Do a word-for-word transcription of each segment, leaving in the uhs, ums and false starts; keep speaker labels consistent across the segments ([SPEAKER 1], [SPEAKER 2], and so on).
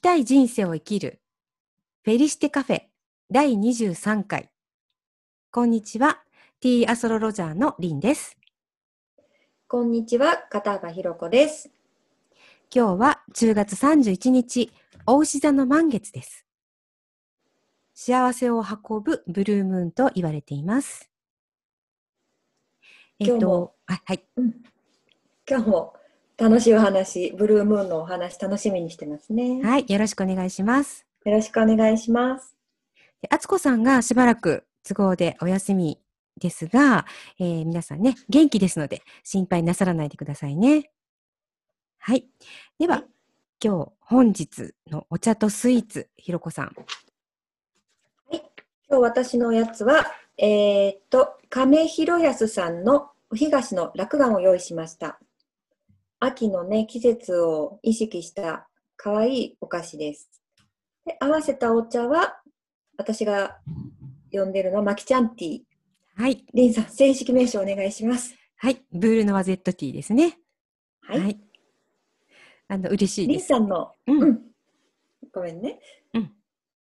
[SPEAKER 1] たい人生を生きるフェリシテカフェだいにじゅうさんかい。こんにちは、ティーアストロロジャーのリンです。
[SPEAKER 2] こんにちは、片岡ひろ子です。
[SPEAKER 1] 今日はじゅうがつさんじゅういちにち、お牛座の満月です。幸せを運ぶブルームーンと言われています。えっと、
[SPEAKER 2] 今日も、
[SPEAKER 1] あ、はい。
[SPEAKER 2] うん、今日も楽しいお話、ブルームーンのお話楽しみにしてますね。
[SPEAKER 1] はい、よろしくお願いします。
[SPEAKER 2] よろしくお願いします。
[SPEAKER 1] あつこさんがしばらく都合でお休みですが、えー、皆さんね、元気ですので心配なさらないでくださいね。はい。では、
[SPEAKER 2] はい、
[SPEAKER 1] 今日、本日のお茶とスイーツ、ひろこさん。
[SPEAKER 2] はい、今日私のやつは、えー、っと、亀弘康さんのお東の落雁を用意しました。秋のね、季節を意識した可愛いお菓子です。で、合わせたお茶は、私が呼んでるのはマキちゃんティー。
[SPEAKER 1] はい。
[SPEAKER 2] リンさん、正式名称お願いします。
[SPEAKER 1] はい。ブールノワゼットティーですね。
[SPEAKER 2] はい。
[SPEAKER 1] はい。あの、嬉しいで
[SPEAKER 2] リン
[SPEAKER 1] す。
[SPEAKER 2] さんの、
[SPEAKER 1] うん。
[SPEAKER 2] うん、ごめんね。
[SPEAKER 1] うん。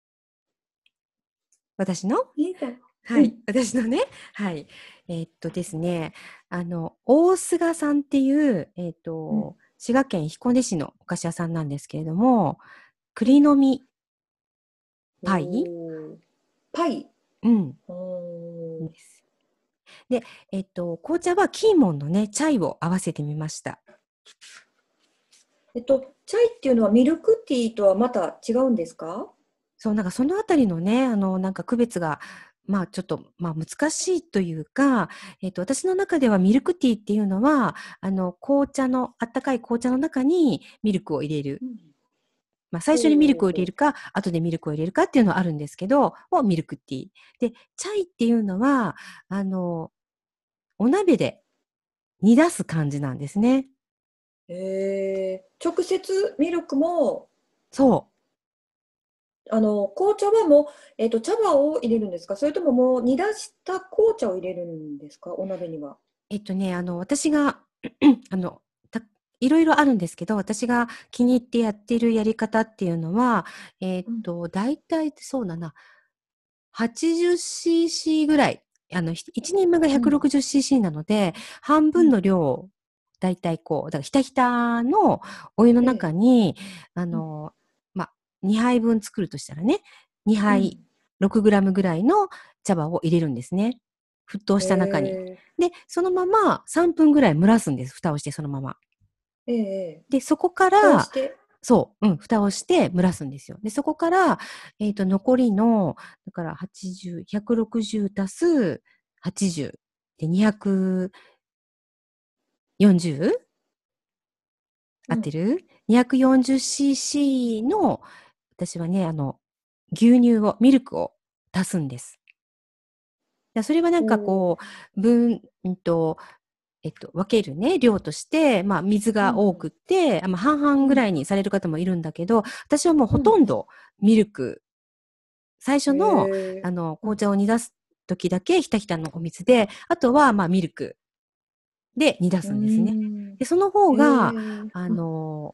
[SPEAKER 1] 私の
[SPEAKER 2] リンさん、
[SPEAKER 1] はい。
[SPEAKER 2] うん、
[SPEAKER 1] 私のね。はい。えーっとですね。あの、大菅さんっていう、えーっ
[SPEAKER 2] うん。
[SPEAKER 1] と、滋賀県彦根市のお菓子屋さんなんですけれども、栗の実パイ
[SPEAKER 2] おー、パイ。
[SPEAKER 1] うん。
[SPEAKER 2] おー、
[SPEAKER 1] です。で、えーっと、紅茶はキーモンのね、チャイを合わせてみました。
[SPEAKER 2] えっと、チャイっていうのはミルクティーとはまた違うんですか？
[SPEAKER 1] そう、なんかそのあたりのね、あの、なんか区別が、まあちょっと、まあ難しいというか、えっと、私の中ではミルクティーっていうのは、あの、紅茶の、あったかい紅茶の中にミルクを入れる。
[SPEAKER 2] うん。
[SPEAKER 1] まあ最初にミルクを入れ
[SPEAKER 2] ほうほう。
[SPEAKER 1] るか、後でミルクを入れるかっていうのはあるんですけど、をミルクティー。で、チャイっていうのは、あの、お鍋で煮出す感じなんですね。
[SPEAKER 2] えー、直接ミルクも、
[SPEAKER 1] そう。
[SPEAKER 2] あの、紅茶はもう、えっと、茶葉を入れるんですか？それとももう煮出した紅茶を入れるんですか？お鍋には。
[SPEAKER 1] えっとね、あの、私が、あの、たいろいろあるんですけど、私が気に入ってやってるやり方っていうのは、えっ
[SPEAKER 2] うん。
[SPEAKER 1] と、大体そうだな、はちじゅっシーシー ぐらい、あの、ひいちにんぶんが
[SPEAKER 2] うん。
[SPEAKER 1] ひゃくろくじゅっシーシー なので、半分
[SPEAKER 2] うん。
[SPEAKER 1] の量を、大体こう、だからひたひたのお湯の
[SPEAKER 2] ええ。
[SPEAKER 1] 中に、あ
[SPEAKER 2] うん。
[SPEAKER 1] の、ま、にはいぶん作るとしたらね、2杯、
[SPEAKER 2] うん。
[SPEAKER 1] ろくグラムぐらいの茶葉を入れるんですね。沸騰
[SPEAKER 2] へ
[SPEAKER 1] した中に。
[SPEAKER 2] え。
[SPEAKER 1] で、そのままさんぷんぐらい蒸らすんです。蓋をしてそのまま。
[SPEAKER 2] ええええ。
[SPEAKER 1] で、そこか
[SPEAKER 2] 蓋をし
[SPEAKER 1] ら、
[SPEAKER 2] て。
[SPEAKER 1] そう、うん、蓋をして蒸らすんですよ。で、そこから、えっと、残りの、だからはちじゅう、ひゃくろくじゅう足すはちじゅうでにひゃくよんじゅう
[SPEAKER 2] うん。
[SPEAKER 1] 合ってる？ にひゃくよんじゅっシーシー の、私はね、あの、牛乳を、ミルクを足すんです。だそれはなんか
[SPEAKER 2] おお。
[SPEAKER 1] こう、分、んと、えっと、分けるね、量として、まあ、水
[SPEAKER 2] うん。
[SPEAKER 1] が多くって、あまあ、半々ぐら
[SPEAKER 2] うん。
[SPEAKER 1] いにされる方もいるんだけど、私はもうほ
[SPEAKER 2] うん。
[SPEAKER 1] とんどミルク、最初
[SPEAKER 2] へ
[SPEAKER 1] の、
[SPEAKER 2] え。
[SPEAKER 1] あの、紅
[SPEAKER 2] うん。
[SPEAKER 1] 茶を煮出す時だけひたひたのお水で、あとは、まあ、ミルクで煮出
[SPEAKER 2] うー
[SPEAKER 1] すんですね。
[SPEAKER 2] ん。
[SPEAKER 1] で、その方
[SPEAKER 2] へ
[SPEAKER 1] が、
[SPEAKER 2] え。
[SPEAKER 1] あ
[SPEAKER 2] うん。
[SPEAKER 1] の、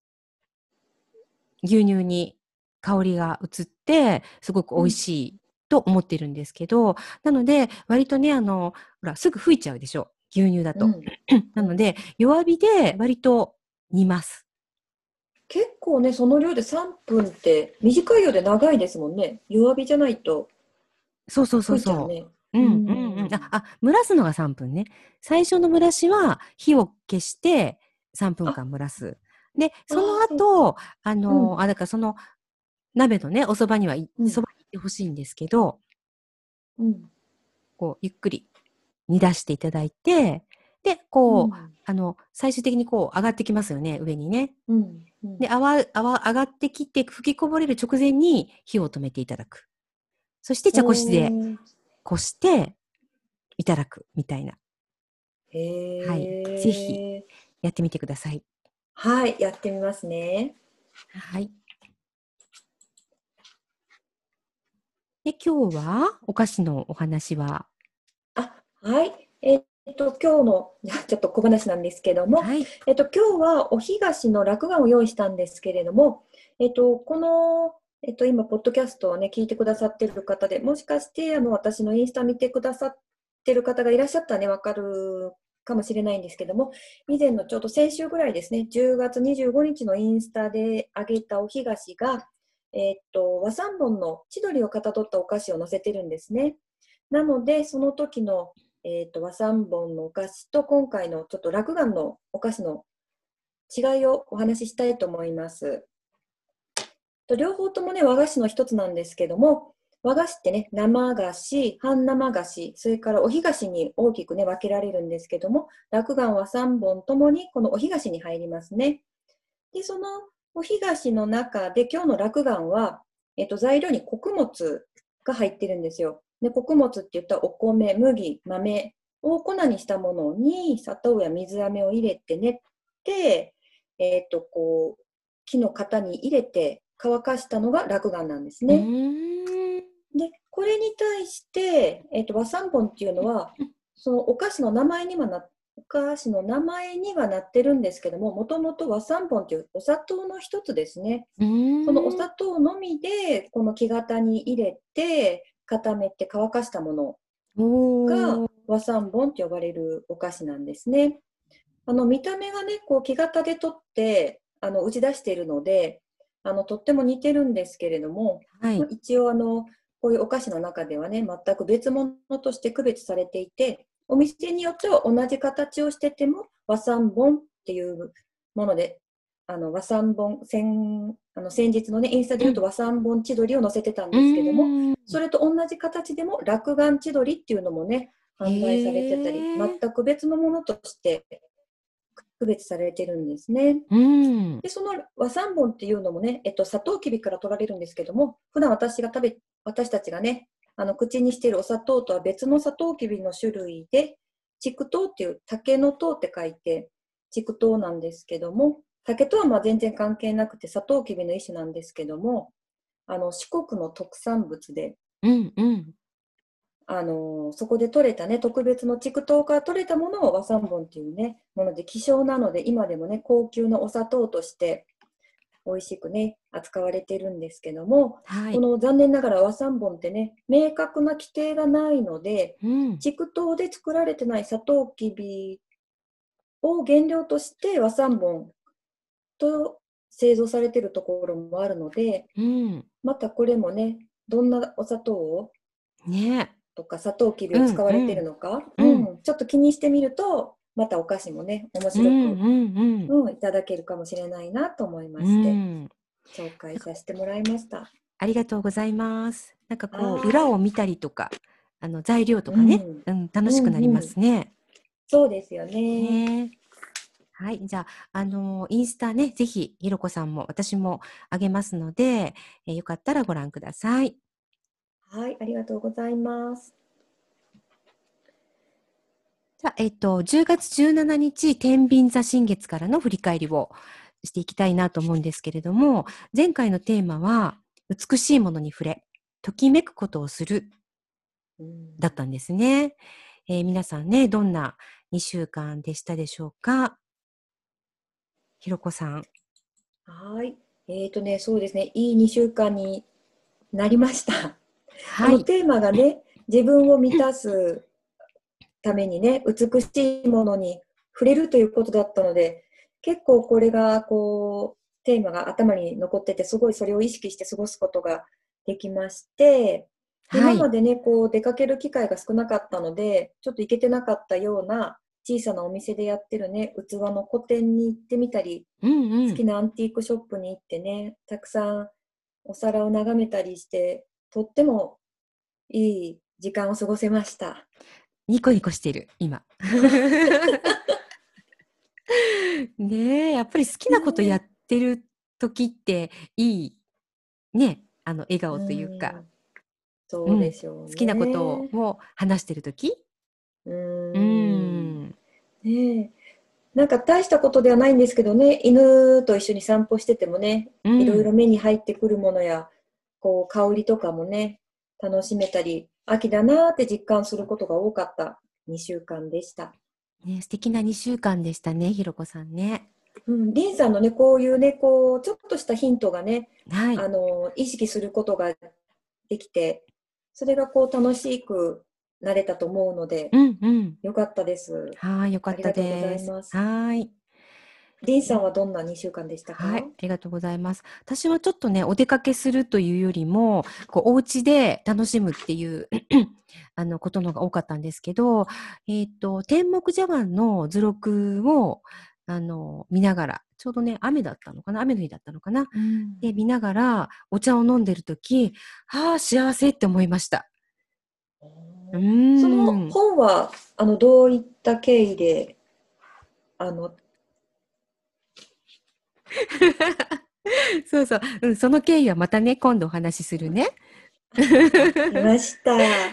[SPEAKER 1] 牛乳に香りが移って、すごく美味
[SPEAKER 2] うん。
[SPEAKER 1] しいと思ってるんですけど、なので、割とね、あの、ほら、すぐ吹いちゃうでしょ、牛乳だと。
[SPEAKER 2] うん。
[SPEAKER 1] なので、
[SPEAKER 2] うん。
[SPEAKER 1] 弱火で割と煮ます。
[SPEAKER 2] 結構ね、その量でさんぷんって短いようで長いですもんね。弱火じゃないと
[SPEAKER 1] そうそうそうそ
[SPEAKER 2] 吹いちゃうね。
[SPEAKER 1] う。う
[SPEAKER 2] う
[SPEAKER 1] ん、うん、うん。あ、
[SPEAKER 2] ん。
[SPEAKER 1] あ、蒸らすのがさんぷんね。最初の蒸らしは火を消して3分
[SPEAKER 2] あ、
[SPEAKER 1] 間蒸らす。で、その
[SPEAKER 2] ああ、そうか。
[SPEAKER 1] 後、あの、
[SPEAKER 2] うん。
[SPEAKER 1] あ、だからその鍋のね、お蕎麦には、い
[SPEAKER 2] うん。
[SPEAKER 1] 蕎麦にいてほしいんですけど、
[SPEAKER 2] うん。
[SPEAKER 1] こう、ゆっくり煮出していただいて、で、こう、
[SPEAKER 2] うん。
[SPEAKER 1] あの、最終的にこう上がってきますよね、上にね。
[SPEAKER 2] うん。う
[SPEAKER 1] で、
[SPEAKER 2] ん。
[SPEAKER 1] 泡、泡上がってきて吹きこぼれる直前に火を止めていただく。そして
[SPEAKER 2] お
[SPEAKER 1] 茶こしで
[SPEAKER 2] ー。
[SPEAKER 1] こしていただくみたいな。はい。
[SPEAKER 2] へ
[SPEAKER 1] ぜひ
[SPEAKER 2] え。
[SPEAKER 1] やってみてください。
[SPEAKER 2] はい、やってみますね。
[SPEAKER 1] はい。で、今日はお菓子のお話は、
[SPEAKER 2] あ、はい。えっと、今日の、ちょっと小話なんですけども、
[SPEAKER 1] はい。
[SPEAKER 2] えっと、今日はお東の落雁を用意したんですけれども、 えっと、この、えっと、今、ポッドキャストをね、聞いてくださってる方で、もしかして、あの、私のインスタ見てくださってる方がいらっしゃったらね、わかるかもしれないんですけども、以前のちょうど先週ぐらいですね、じゅうがつにじゅうごにちのインスタであげたお干菓子が、えっと、和三盆の千鳥をかたどったお菓子を載せてるんですね。なので、その時の、えっと、和三盆のお菓子と、今回のちょっと落雁のお菓子の違いをお話ししたいと思います。両方ともね、和菓子の一つなんですけども、和菓子ってね、生菓子、半生菓子、それからお干菓子に大きくね、分けられるんですけども、落雁はさんぼんともにこのお干菓子に入りますね。で、そのお干菓子の中で、今日の落雁は、えっと、材料に穀物が入ってるんですよ。で、穀物って言ったらお米、麦、豆を粉にしたものに砂糖や水飴を入れて練って、えっと、こう、木の型に入れて乾かしたのが落雁なんです
[SPEAKER 1] う
[SPEAKER 2] ね。
[SPEAKER 1] ーん。
[SPEAKER 2] で、これに対して、えっと、和三盆っていうのは、そのお菓子の名前にはな、お菓子の名前にはなってるんですけども、もともと和三盆っていうお砂糖の一つですね。
[SPEAKER 1] う
[SPEAKER 2] そのお
[SPEAKER 1] ーん。
[SPEAKER 2] 砂糖のみで、この木型に入れて、固めて乾かしたものが
[SPEAKER 1] おー。
[SPEAKER 2] 和三盆と呼ばれるお菓子なんですね。あの見た目がね、こう木型で取ってあの打ち出しているので、あのとっても似てるんですけれども、
[SPEAKER 1] はい。
[SPEAKER 2] まあ、一応あのこういうお菓子の中ではね、全く別物として区別されていて、お店によっては同じ形をしてても和三盆っていうもので、あの和三盆先あの先日のねインスタで言うと和三盆千鳥を載せてたん
[SPEAKER 1] う
[SPEAKER 2] ですけども、
[SPEAKER 1] ーん。
[SPEAKER 2] それと同じ形でも落雁千鳥っていうのもね販売されてたり、
[SPEAKER 1] へえ。
[SPEAKER 2] 全く別のものとして区別されてるんですね。
[SPEAKER 1] うん。
[SPEAKER 2] で、その和三盆っていうのもね、えっと、サトウキビから取られるんですけども、普段私が食べ、私たちがね、あの口にしているお砂糖とは別のサトウキビの種類で、竹糖っていう竹の糖って書いて、竹糖なんですけども、竹とはまあ全然関係なくて、サトウキビの一種なんですけども、あの四国の特産物で、
[SPEAKER 1] うんうん。
[SPEAKER 2] あのそこで取れたね、特別の竹糖から取れたものを和三盆っていうね、もので希少なので、今でもね、高級なお砂糖として美味しくね、扱われてるんですけども、
[SPEAKER 1] はい。
[SPEAKER 2] この残念ながら和三盆ってね、明確な規定がないので、
[SPEAKER 1] うん。
[SPEAKER 2] 竹糖で作られてないサトウキビを原料として和三盆と製造されてるところもあるので、
[SPEAKER 1] うん。
[SPEAKER 2] またこれもね、どんなお砂糖を
[SPEAKER 1] ね。
[SPEAKER 2] とかサトウキビ
[SPEAKER 1] う
[SPEAKER 2] を使われている
[SPEAKER 1] んうん。
[SPEAKER 2] のか、
[SPEAKER 1] うん。
[SPEAKER 2] うん、ちょっと気にしてみると、またお菓子もね、面
[SPEAKER 1] うんう
[SPEAKER 2] 白く、
[SPEAKER 1] ん
[SPEAKER 2] うん、いただけるかもしれないなと思い
[SPEAKER 1] うん。
[SPEAKER 2] まして、
[SPEAKER 1] うん。
[SPEAKER 2] 紹介
[SPEAKER 1] なんか
[SPEAKER 2] させてもらいました。
[SPEAKER 1] ありがとうございます。なんかこう、裏
[SPEAKER 2] はーい。
[SPEAKER 1] を見たりとか、あの、材料とかね、
[SPEAKER 2] うん。
[SPEAKER 1] うん、楽しくなりま
[SPEAKER 2] うんうん。
[SPEAKER 1] すね。
[SPEAKER 2] そうですよね。
[SPEAKER 1] ねえ。はい。じゃあ、あの、インスタね、ぜひ、ひろこさんも私もあげますので、えーよかったらご覧ください。
[SPEAKER 2] はい、ありがとうございます。
[SPEAKER 1] じゃあ、えっと、じゅうがつじゅうしちにち、天秤座新月からの振り返りをしていきたいなと思うんですけれども、前回のテーマは、美しいものに触れ、ときめくことをする、
[SPEAKER 2] うん、
[SPEAKER 1] だったんですね。えー皆さんね、どんなにしゅうかんでしたでしょうか？ひろこさん。
[SPEAKER 2] はい。えっとね、そうですね、いいにしゅうかんになりました。あの、
[SPEAKER 1] はい。
[SPEAKER 2] テーマがね、自分を満たすためにね、美しいものに触れるということだったので、結構これが、こう、テーマが頭に残ってて、すごいそれを意識して過ごすことができまして、で
[SPEAKER 1] はい。
[SPEAKER 2] 今までね、こう、出かける機会が少なかったので、ちょっと行けてなかったような小さなお店でやってるね、器の個展に行ってみたり、
[SPEAKER 1] うんうん。
[SPEAKER 2] 好きなアンティークショップに行ってね、たくさんお皿を眺めたりして、とってもいい時間を過ごせました。
[SPEAKER 1] ニコニコしてる、今。ねえ、やっぱり好きなことやってる時っていい、ね、あの、笑顔
[SPEAKER 2] う
[SPEAKER 1] というか、
[SPEAKER 2] ん、そうで
[SPEAKER 1] うん、
[SPEAKER 2] しょう
[SPEAKER 1] 好きなこと
[SPEAKER 2] ね。
[SPEAKER 1] を話してる時。
[SPEAKER 2] う
[SPEAKER 1] うー
[SPEAKER 2] ん。
[SPEAKER 1] ん。
[SPEAKER 2] ねえ。なんか大したことではないんですけどね、犬と一緒に散歩しててもね、いろいろ
[SPEAKER 1] うん。
[SPEAKER 2] 目に入ってくるものや、こう香りとかもね、楽しめたり、秋だなーって実感することが多かったにしゅうかんでした。
[SPEAKER 1] ね、素敵なにしゅうかんでしたね、ひろこさんね。
[SPEAKER 2] うん、リンさんのね、こういうね、こう、ちょっとしたヒントがね、
[SPEAKER 1] はい。
[SPEAKER 2] あの、意識することができて、それがこう、楽しくなれたと思うので、
[SPEAKER 1] うんうん。
[SPEAKER 2] よかったです。
[SPEAKER 1] はい、よかった
[SPEAKER 2] ありがとうござ
[SPEAKER 1] です。
[SPEAKER 2] います。
[SPEAKER 1] はい。
[SPEAKER 2] リンさん
[SPEAKER 1] ね、
[SPEAKER 2] はどんなにしゅうかんでした
[SPEAKER 1] はい、
[SPEAKER 2] か？
[SPEAKER 1] ありがとうございます。私はちょっとね、お出かけするというよりも、こう、お家で楽しむっていうあの、ことのが多かったんですけど、えっと、天目茶碗の図録を、あの、見ながら、ちょうどね、雨だったのかな、雨の日だったのかな。
[SPEAKER 2] うん。
[SPEAKER 1] で、見ながらお茶を飲んでるとき、はあ、幸せって思いました。う
[SPEAKER 2] その
[SPEAKER 1] ーん。
[SPEAKER 2] 本は、あの、どういった経緯で、あの、
[SPEAKER 1] そうそう。うん、その経緯はまたね、今度お話しするね。
[SPEAKER 2] わかりました。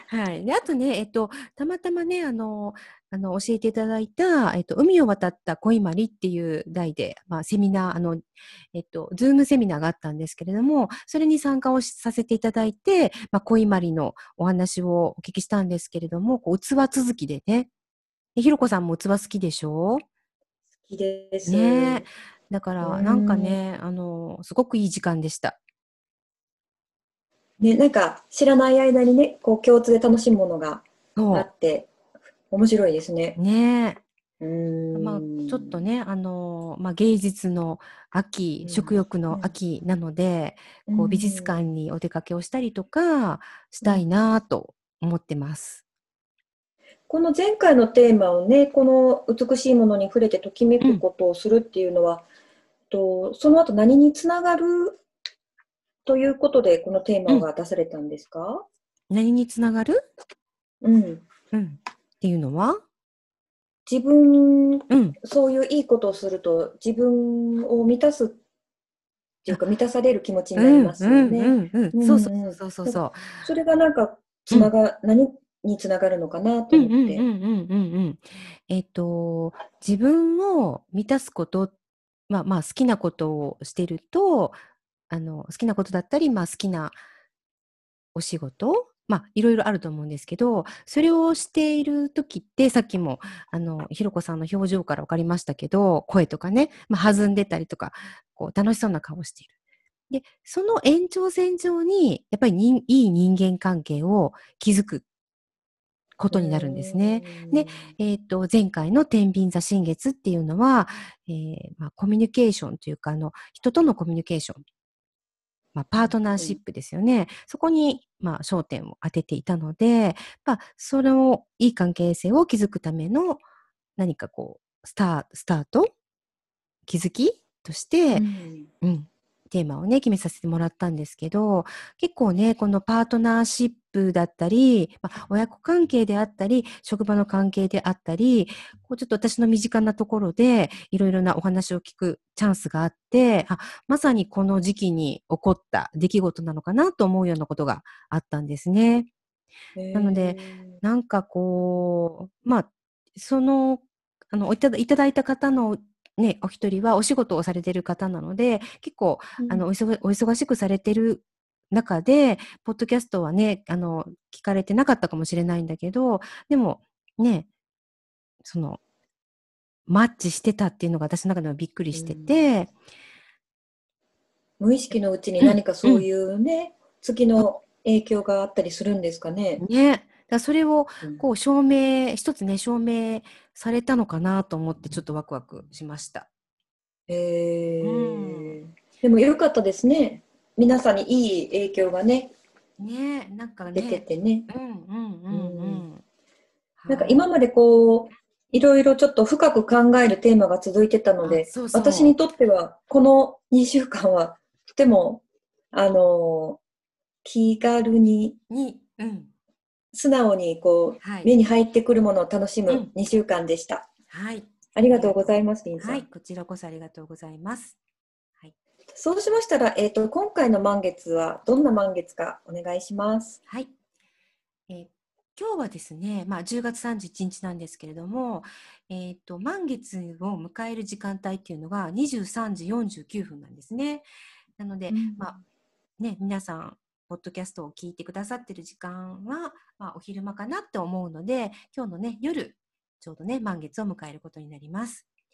[SPEAKER 1] はい。で、あとね、えっと、たまたまね、あの、あの、教えていただいた、えっと、海を渡った恋まりっていう題で、まあ、セミナー、あの、えっと、ズームセミナーがあったんですけれども、それに参加をしさせていただいて、まあ、恋まりのお話をお聞きしたんですけれども、こう、器続きでね。でひろこさんも器好きでしょ？
[SPEAKER 2] 好きで
[SPEAKER 1] ねえ。
[SPEAKER 2] す。
[SPEAKER 1] だか
[SPEAKER 2] う
[SPEAKER 1] ら、なんか
[SPEAKER 2] ん。
[SPEAKER 1] ね、あの、すごくいい時間でした。
[SPEAKER 2] ね、なんか知らない間にね、こう共通で楽しむものがあ
[SPEAKER 1] そ
[SPEAKER 2] って、面白いです
[SPEAKER 1] う。
[SPEAKER 2] ね。
[SPEAKER 1] ねえ。
[SPEAKER 2] うー
[SPEAKER 1] まあ、ちょっと
[SPEAKER 2] ん。
[SPEAKER 1] ね、あの、まあ、芸術の秋、
[SPEAKER 2] うん。
[SPEAKER 1] 食欲の
[SPEAKER 2] うん。
[SPEAKER 1] 秋なので、
[SPEAKER 2] う
[SPEAKER 1] こう美術館
[SPEAKER 2] ん。
[SPEAKER 1] にお出かけをしたりとかしたい
[SPEAKER 2] うん。
[SPEAKER 1] なと思ってます。
[SPEAKER 2] この前回のテーマをね、この美しいものに触れてときめ
[SPEAKER 1] うん、
[SPEAKER 2] くことをするっていうのは、とその後何につながるということで、このテー
[SPEAKER 1] うん。
[SPEAKER 2] マが出されたんですか？
[SPEAKER 1] 何につながる？
[SPEAKER 2] うん。
[SPEAKER 1] うん。っていうのは？
[SPEAKER 2] 自分、
[SPEAKER 1] うん。
[SPEAKER 2] そういういいことをすると、自分を満たすっていうか、満たされる気持ちに
[SPEAKER 1] うん、
[SPEAKER 2] なります
[SPEAKER 1] うん、う
[SPEAKER 2] よね。
[SPEAKER 1] ん、うん。
[SPEAKER 2] う
[SPEAKER 1] そうそ
[SPEAKER 2] んうん。
[SPEAKER 1] うそうそう
[SPEAKER 2] なんか、
[SPEAKER 1] そ
[SPEAKER 2] それがなんか、
[SPEAKER 1] う。うん。
[SPEAKER 2] つなが、何につながるのかなと
[SPEAKER 1] うん、うん、うん、
[SPEAKER 2] 思って。
[SPEAKER 1] うん、うん。うん。えっと、自分を満たすこと、まあ、まあ、好きなことをしてると、あの、好きなことだったり、まあ、好きなお仕事、まあ、いろいろあると思うんですけど、それをしている時って、さっきも、あの、ひろこさんの表情から分かりましたけど、声とかね、まあ、弾んでたりとか、こう、楽しそうな顔をしている。で、その延長線上に、やっぱり人いい人間関係を築くこ
[SPEAKER 2] うー
[SPEAKER 1] とになるんですね。で、
[SPEAKER 2] ん。
[SPEAKER 1] えっと、前回の天秤座新月っていうのは、えーまあ、コミュニケーションというか、あの、人とのコミュニケーション、まあ、パートナー
[SPEAKER 2] うん。
[SPEAKER 1] シップですよね。そこに、まあ、焦点を当てていたので、まあ、それを、いい関係性を築くための、何かこう、スター、スタート気づきとし
[SPEAKER 2] う
[SPEAKER 1] て、
[SPEAKER 2] ん。
[SPEAKER 1] うん、テーマをね、決めさせてもらったんですけど、結構ね、このパートナーシップだったり、まあ、親子関係であったり、職場の関係であったり、こうちょっと私の身近なところでいろいろなお話を聞くチャンスがあって、あ、まさにこの時期に起こった出来事なのかなと思うようなことがあったんですね。
[SPEAKER 2] へ
[SPEAKER 1] なので、
[SPEAKER 2] え。
[SPEAKER 1] なんかこう、まあ、その、あの、いただいただいた方のね、お一人はお仕事をされている方なので、結構、あの、
[SPEAKER 2] うん。
[SPEAKER 1] お忙お忙しくされてる中で、ポッドキャストはね、あの、聞かれてなかったかもしれないんだけど、でも、ね、その、マッチしてたっていうのが私の中ではびっくりして
[SPEAKER 2] うん。
[SPEAKER 1] て、
[SPEAKER 2] 無意識のうちに
[SPEAKER 1] うん、
[SPEAKER 2] 何かそう
[SPEAKER 1] うん。
[SPEAKER 2] いうね、月の影響があったりするんですかね。
[SPEAKER 1] ね。だからそれを、
[SPEAKER 2] うん。
[SPEAKER 1] こう、証明、一つね、証明されたのかなと思って、ちょっとワクワクしました。うん。
[SPEAKER 2] へえ。でも良かったですね。皆さんにいい影響がね、
[SPEAKER 1] ね、なんか
[SPEAKER 2] 出て
[SPEAKER 1] ね、
[SPEAKER 2] てね。
[SPEAKER 1] うんうんう
[SPEAKER 2] うん。
[SPEAKER 1] んうん。
[SPEAKER 2] なんか
[SPEAKER 1] はい。
[SPEAKER 2] 今までこう、いろいろちょっと深く考えるテーマが続いてたの
[SPEAKER 1] あ、
[SPEAKER 2] で、
[SPEAKER 1] そうそ
[SPEAKER 2] 私にとってはこのにしゅうかんはとても、あの、気軽に、
[SPEAKER 1] う。に、うん。
[SPEAKER 2] 素直にこう、
[SPEAKER 1] はい。
[SPEAKER 2] 目に入ってくるものを楽しむ
[SPEAKER 1] うん。
[SPEAKER 2] にしゅうかんでした。
[SPEAKER 1] はい。
[SPEAKER 2] ありがとう
[SPEAKER 1] ありがとう。
[SPEAKER 2] ございます、リンさ
[SPEAKER 1] はい。
[SPEAKER 2] ん。
[SPEAKER 1] こちらこそありがとうございます。はい。
[SPEAKER 2] そうしましたら、えっと、今回の満月はどんな満月かお願いします。
[SPEAKER 1] はい。えー今日はですね、まあ、じゅうがつさんじゅういちにちなんですけれども、えっと、満月を迎える時間帯っていうのがにじゅうさんじよんじゅうきゅうふんなんですね。なので、
[SPEAKER 2] うん。
[SPEAKER 1] まあ、ね、皆さん、ポッドキャストを聞いてくださってる時間は、まあ、お昼間かなって思うので、今日のね、夜、ちょうどね、満月を迎えることになります。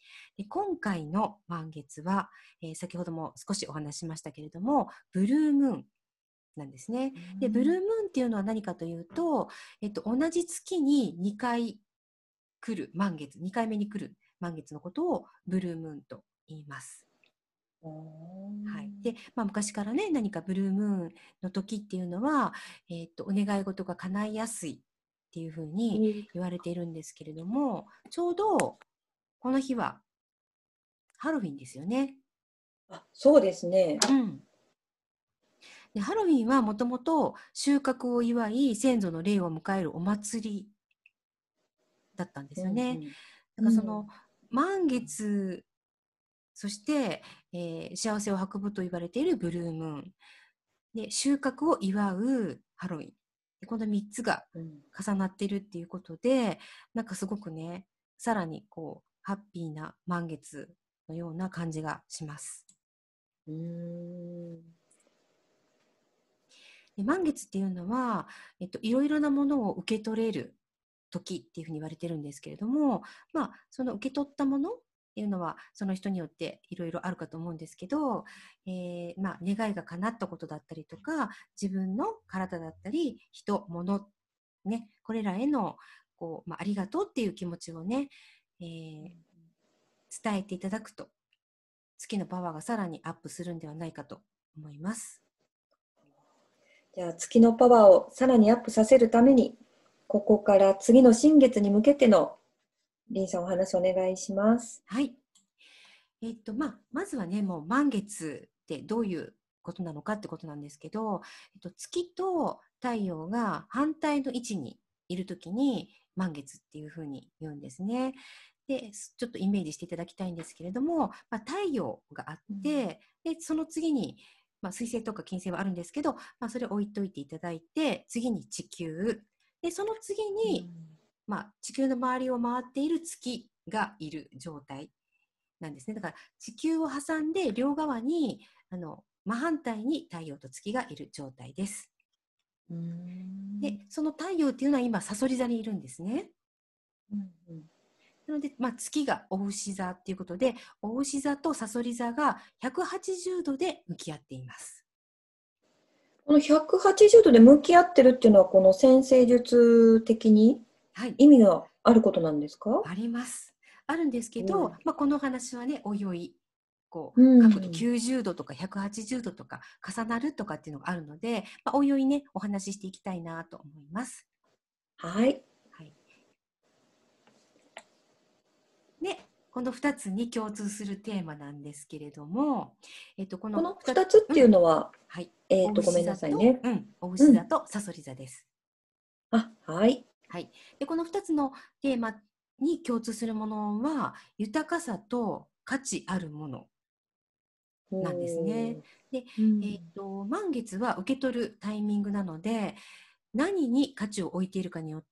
[SPEAKER 1] で今回の満月は、えー先ほども少しお話ししましたけれども、ブルームーンなんですね。で、ブルームーンっていうのは何かというと、えっと、同じ月ににかい来る満月、にかいめに来る満月のことをブルームーンと言います。はい。で、まあ、昔からね、何かブルームーンの時っていうのは、えっと、お願い事が叶いやすいっていうふうに言われているんですけれども、ちょうどこの日はハロウィンですよね。
[SPEAKER 2] あ、そうですね。
[SPEAKER 1] うん。で、ハロウィンはもともと収穫を祝い、先祖の霊を迎えるお祭りだったんですよね。だからその満月、そして、えー幸せを運ぶと言われているブルームーン。で、収穫を祝うハロウィン。でこのみっつが重なってるっていうことで、なんかすごくね、さらにこう、ハッピーな満月のような感じがします。
[SPEAKER 2] うーん。
[SPEAKER 1] で満月っていうのは、えっと、いろいろなものを受け取れる時っていうふうに言われてるんですけれども、まあ、その受け取ったものっていうのは、その人によっていろいろあるかと思うんですけど、えーまあ、願いが叶ったことだったりとか、自分の体だったり、人、物、ね、これらへのこう、まあ、ありがとうっていう気持ちをね、えー伝えていただくと、月のパワーがさらにアップするんではないかと思います。
[SPEAKER 2] じゃあ月のパワーをさらにアップさせるために、ここから次の新月に向けてのリンさんお話お願いします。
[SPEAKER 1] はい。えっと、まあ、まずはね、もう満月ってどういうことなのかってことなんですけど、えっと、月と太陽が反対の位置にいるときに満月っていうふうに言うんですね。で、ちょっとイメージしていただきたいんですけれども、まあ、太陽があって、で、その次に、まあ、水星とか金星はあるんですけど、まあ、それを置いといていただいて、次に地球、で、その次に、まあ、地球の周りを回っている月がいる状態なんですね。だから地球を挟んで両側にあの真反対に太陽と月がいる状態です。
[SPEAKER 2] うーん。
[SPEAKER 1] で、その太陽っていうのは今、さそり座にいるんですね。
[SPEAKER 2] うんうん。
[SPEAKER 1] なので、まあ、月がお牛座っていうことで、お牛座とさそり座がひゃくはちじゅうどで向き合っています。
[SPEAKER 2] このひゃくはちじゅうどで向き合ってるっていうのは、この占星術的に
[SPEAKER 1] はい、
[SPEAKER 2] 意味があることなんですか？
[SPEAKER 1] あります。あるんですけど、
[SPEAKER 2] うん
[SPEAKER 1] まあ、このお話はね、おいおい、こう、
[SPEAKER 2] うん
[SPEAKER 1] 角度きゅうじゅうどとかひゃくはちじゅうどとか重なるとかっていうのがあるので、まあ、おいおいね、お話ししていきたいなと思います。
[SPEAKER 2] はい。
[SPEAKER 1] はい。で、このふたつに共通するテーマなんですけれども、えっと、こ
[SPEAKER 2] この
[SPEAKER 1] の2
[SPEAKER 2] 2
[SPEAKER 1] つ、
[SPEAKER 2] つっていう
[SPEAKER 1] うん、
[SPEAKER 2] のは、
[SPEAKER 1] はい、お
[SPEAKER 2] えっと、ごめんな
[SPEAKER 1] 牛座と、
[SPEAKER 2] さいね。
[SPEAKER 1] うん、お
[SPEAKER 2] うん。
[SPEAKER 1] 牛座とさそり座です。
[SPEAKER 2] あ、はい。
[SPEAKER 1] はい。で、このふたつのテーマに共通するものは、豊かさと価値あるものなんですね。
[SPEAKER 2] おー。
[SPEAKER 1] で、
[SPEAKER 2] うん。
[SPEAKER 1] えっと、満月は受け取るタイミングなので、何に価値を置いているかによって、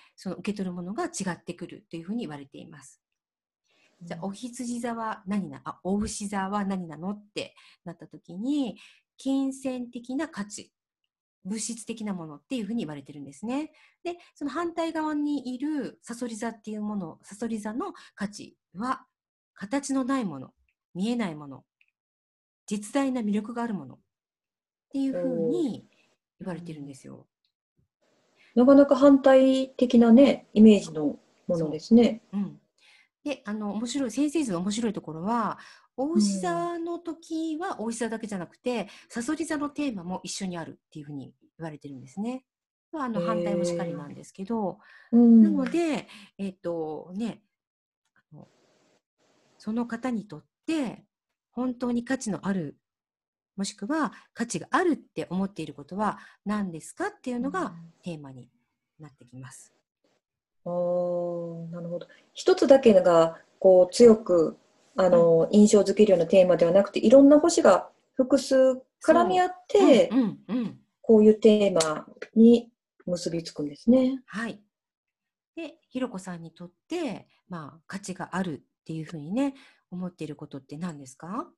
[SPEAKER 1] その受け取るものが違ってくるというふうに言われています。じゃあ、お羊座は何な、あ、お牛座は何なのってなった時に、金銭的な価値、物質的なものっていうふうに言われてるんですね。で、その反対側にいるサソリ座っていうもの、サソリ座の価値は、形のないもの、見えないもの、実在な魅力があるものっていうふう
[SPEAKER 2] おー。
[SPEAKER 1] に言われてるんですよ。
[SPEAKER 2] なかなか反対的なね、イメージのもので
[SPEAKER 1] そ
[SPEAKER 2] すね。
[SPEAKER 1] う。うん。で、あの、面白い、先生図の面白いところは、お
[SPEAKER 2] う
[SPEAKER 1] 牛
[SPEAKER 2] ん。
[SPEAKER 1] 座の時はお牛座だけじゃなくて、さそり座のテーマも一緒にあるっていうふうに言われてるんですね。まあ、あの反対もしかり
[SPEAKER 2] へえ。
[SPEAKER 1] なんですけど、
[SPEAKER 2] う
[SPEAKER 1] なの
[SPEAKER 2] ん。
[SPEAKER 1] で、えっとね、あのその方にとって本当に価値のある、もしくは価値があるって思っていることは何ですかっていうのがテーマになってきます。
[SPEAKER 2] あー、なるほど。一つだけがこう強くあ
[SPEAKER 1] うん、
[SPEAKER 2] の印象づけるようなテーマではなくて、いろんな星が複数絡み合っ
[SPEAKER 1] そう。うん
[SPEAKER 2] て、
[SPEAKER 1] うんうん。
[SPEAKER 2] こういうテーマに結びつくんですね。
[SPEAKER 1] はい。で、ひろこさんにとって、まあ、価値があるっていうふうにね、思っていることって何ですか？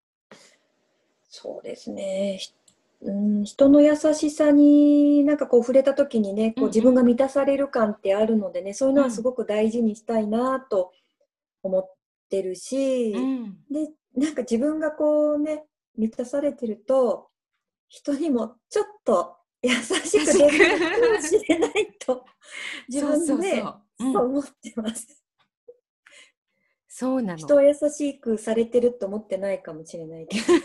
[SPEAKER 2] そうですね。ひうん、人の優しさになんかこう触れた時にね、
[SPEAKER 1] うん
[SPEAKER 2] こう自分が満たされる感ってあるのでね、そういうのはす
[SPEAKER 1] うん
[SPEAKER 2] ごく大事にしたいなと思っってるし、
[SPEAKER 1] うん、
[SPEAKER 2] で、なんか自分がこうね、満たされてると、人にもちょっと優しく
[SPEAKER 1] 優しく。
[SPEAKER 2] できるかもしれないと、自
[SPEAKER 1] そうそ
[SPEAKER 2] 分で
[SPEAKER 1] うそう。うん。
[SPEAKER 2] そう思ってます。
[SPEAKER 1] そうなの。
[SPEAKER 2] 人を優しくされてると思ってないかもしれないけど。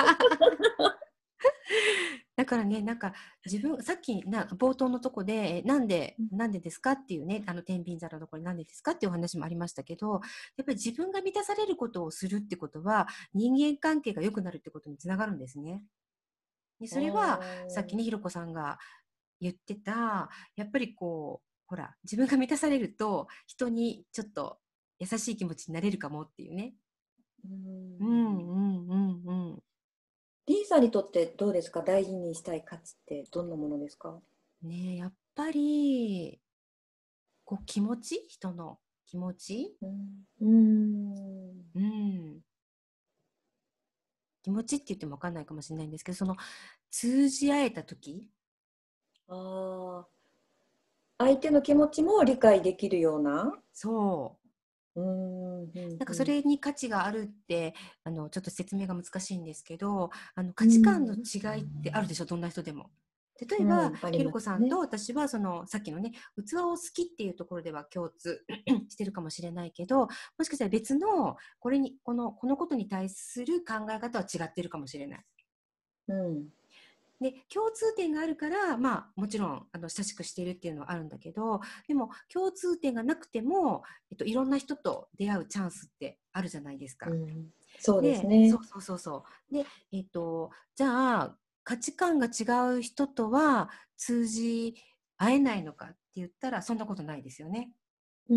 [SPEAKER 1] だからね、なんか自分、さっきな冒頭のとこで、えなんで、なんでですかっていうね、あの天秤座のところになんでですかっていうお話もありましたけど、やっぱり自分が満たされることをするってことは、人間関係が良くなるってことにつながるんですね。で、
[SPEAKER 2] あ
[SPEAKER 1] それは、さっき
[SPEAKER 2] ー
[SPEAKER 1] ね、ひろこさんが言ってた、やっぱりこう、ほら、自分が満たされると、人にちょっと優しい気持ちになれるかもっていうね。
[SPEAKER 2] う
[SPEAKER 1] うん
[SPEAKER 2] ん。
[SPEAKER 1] うんうんうん。
[SPEAKER 2] リーさんにとってどうですか？大事にしたい価値ってどんなものですか？
[SPEAKER 1] ねえ、やっぱり、こう気持ち人の気持ち
[SPEAKER 2] うん。うん。
[SPEAKER 1] うん。気持ちって言っても分かんないかもしれないんですけど、その通じ合えた時、
[SPEAKER 2] ああ、相手の気持ちも理解できるような。
[SPEAKER 1] そう。
[SPEAKER 2] うん。うん。
[SPEAKER 1] なんかそ
[SPEAKER 2] うん。
[SPEAKER 1] れに価値があるって、あの、ちょっと説明が難しいんですけど、あの、
[SPEAKER 2] う
[SPEAKER 1] 価値観の
[SPEAKER 2] ん。
[SPEAKER 1] 違いってあるでしょ、どんな人でも。例えば、
[SPEAKER 2] うん、あり
[SPEAKER 1] ひろ
[SPEAKER 2] ますね。
[SPEAKER 1] こさんと私は、その、さっきのね、器を好きっていうところでは共通してるかもしれないけど、もしかしたら別の、これに、この、このことに対する考え方は違ってるかもしれない。
[SPEAKER 2] うん。
[SPEAKER 1] で、共通点があるから、まあ、もちろん、あの、親しくしているっていうのはあるんだけど、でも、共通点がなくても、えっと、いろんな人と出会うチャンスってあるじゃないですか。
[SPEAKER 2] うん。そうです
[SPEAKER 1] で、そ
[SPEAKER 2] ね。
[SPEAKER 1] うそうそうそう。で、えっと、じゃあ、価値観が違う人とは通じ合えないのかって言ったら、そんなことないですよね。
[SPEAKER 2] うん。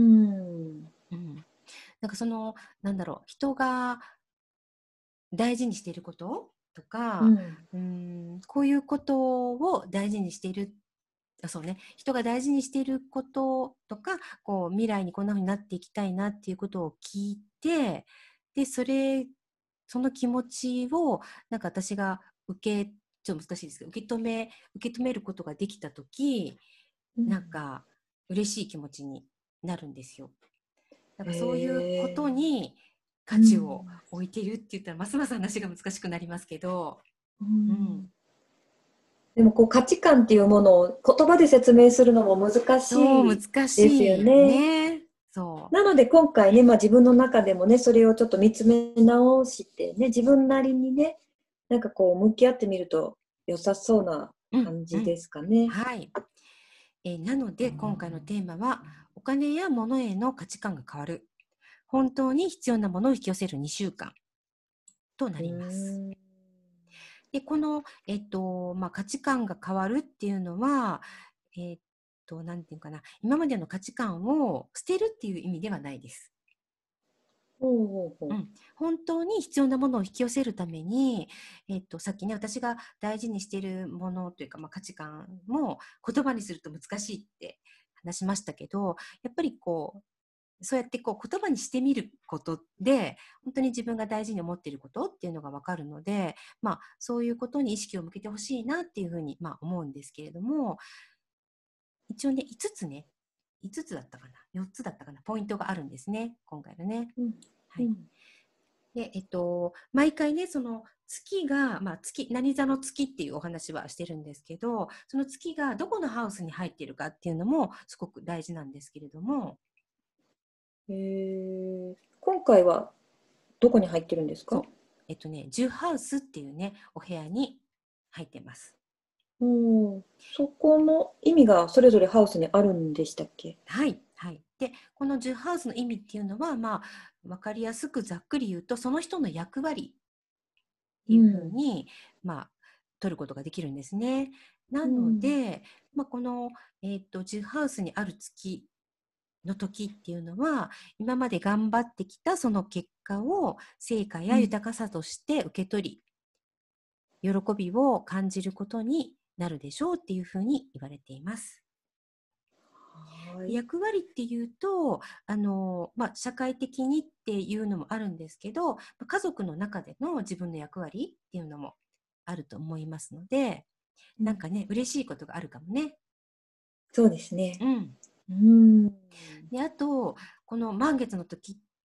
[SPEAKER 1] うん。なんかその、なんだろう、人が大事にしていることとか、
[SPEAKER 2] うん。
[SPEAKER 1] うーん、こういうことを大事にしている、あ、そうね、人が大事にしていることとか、こう未来にこんな風になっていきたいなっていうことを聞いて、で、それ、その気持ちを、なんか私が受け、ちょっと難しいですけど、受け止め、受け止めることができたとき、
[SPEAKER 2] うん。
[SPEAKER 1] なんか嬉しい気持ちになるんですよ。なん
[SPEAKER 2] へ
[SPEAKER 1] かそういうこと
[SPEAKER 2] え。
[SPEAKER 1] に
[SPEAKER 2] う
[SPEAKER 1] 価値を
[SPEAKER 2] ん。
[SPEAKER 1] 置いているって言ったらますます話が難しくなりますけど、
[SPEAKER 2] う
[SPEAKER 1] うん、
[SPEAKER 2] ん。でもこう価値観っていうものを言葉で説明するのも難
[SPEAKER 1] そう
[SPEAKER 2] しい
[SPEAKER 1] 難
[SPEAKER 2] ですよ
[SPEAKER 1] しい
[SPEAKER 2] ね。
[SPEAKER 1] ね。そ
[SPEAKER 2] なので今回ね、まあ、自分の中でもね、それをちょっと見つめ直してね、自分なりにね、なんかこう向き合ってみると良さそうな
[SPEAKER 1] う。うんうん。
[SPEAKER 2] 感じですかね。
[SPEAKER 1] はい。えーなので今回のテーマはお金や物への価値観が変わる。本当に必要なものを引き寄せるにしゅうかんとな
[SPEAKER 2] う
[SPEAKER 1] ります。
[SPEAKER 2] ーん。
[SPEAKER 1] で、この、えっと、まあ、価値観が変わるっていうのは、えっと、なんていうかな、今までの価値観を捨てるっていう意味ではないです。
[SPEAKER 2] ほうほうほ
[SPEAKER 1] うん、本当に必要なものを引き寄せるために、えっと、さっきね、私が大事にしているものというか、まあ、価値観も言葉にすると難しいって話しましたけど、やっぱりこう、そうやってこう言葉にしてみることで、本当に自分が大事に思っていることっていうのがわかるので、まあ、そういうことに意識を向けてほしいなっていうふうに、まあ、思うんですけれども、一応ね、いつつね、いつつだったかな、よっつだったかな、ポイントがあるんですね、今回のね。
[SPEAKER 2] う。うん。
[SPEAKER 1] はい。
[SPEAKER 2] うん。
[SPEAKER 1] で、えっと、毎回ね、その月が、まあ、月、何座の月っていうお話はしてるんですけど、その月がどこのハウスに入っているかっていうのもすごく大事なんですけれども、
[SPEAKER 2] へえ。今回はどこに入ってるんですか？
[SPEAKER 1] そう、えっとね、じゅうハウスっていうね、お部屋に入ってます。
[SPEAKER 2] うん。そこの意味がそれぞれハウスにあるんでしたっけ？
[SPEAKER 1] はい、はい。で、このじゅうハウスの意味っていうのは、まあ、わかりやすくざっくり言うと、その人の役割っていうふう
[SPEAKER 2] うん。
[SPEAKER 1] に、まあ、取ることができるんですね。なの
[SPEAKER 2] うん。
[SPEAKER 1] で、まあ、この、えっと、じゅうハウスにある月の時っていうのは、今まで頑張ってきたその結果を成果や
[SPEAKER 2] うん。
[SPEAKER 1] 豊かさとして受け取り、喜びを感じることになるでしょうっていうふうに言われています。
[SPEAKER 2] はい。
[SPEAKER 1] 役割っていうと、あの、まあ、社会的にっていうのもあるんですけど、家族の中での自分の役割っていうのもあると思いますので、
[SPEAKER 2] うん。
[SPEAKER 1] なんかね、嬉しいことがあるかもね。
[SPEAKER 2] そうですね。
[SPEAKER 1] うん。
[SPEAKER 2] うん。
[SPEAKER 1] で、あと、この満月の時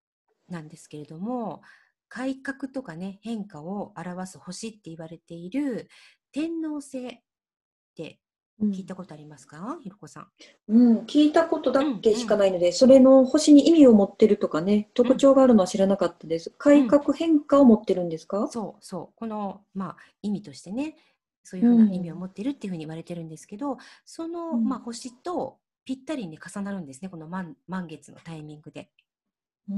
[SPEAKER 1] なんですけれども、改革とかね、変化を表す星って言われている天王星って聞いたことありますか、ひろこさん。
[SPEAKER 2] うん、聞いたことだけしか
[SPEAKER 1] うんうん
[SPEAKER 2] ないので、それの星に意味を持ってるとかね、特
[SPEAKER 1] うん
[SPEAKER 2] 徴があるのは知らなかったです。
[SPEAKER 1] うん。
[SPEAKER 2] 改革変化を持ってるんですか？
[SPEAKER 1] そうそう。この、まあ、意味としてね、そういう
[SPEAKER 2] う
[SPEAKER 1] ふうな意味を
[SPEAKER 2] ん。
[SPEAKER 1] 持っているっていうふうに言われてるんですけど、その、まあ、
[SPEAKER 2] うん。
[SPEAKER 1] 星とぴったりに重なるんですね、この満満月のタイミングで。
[SPEAKER 2] うん。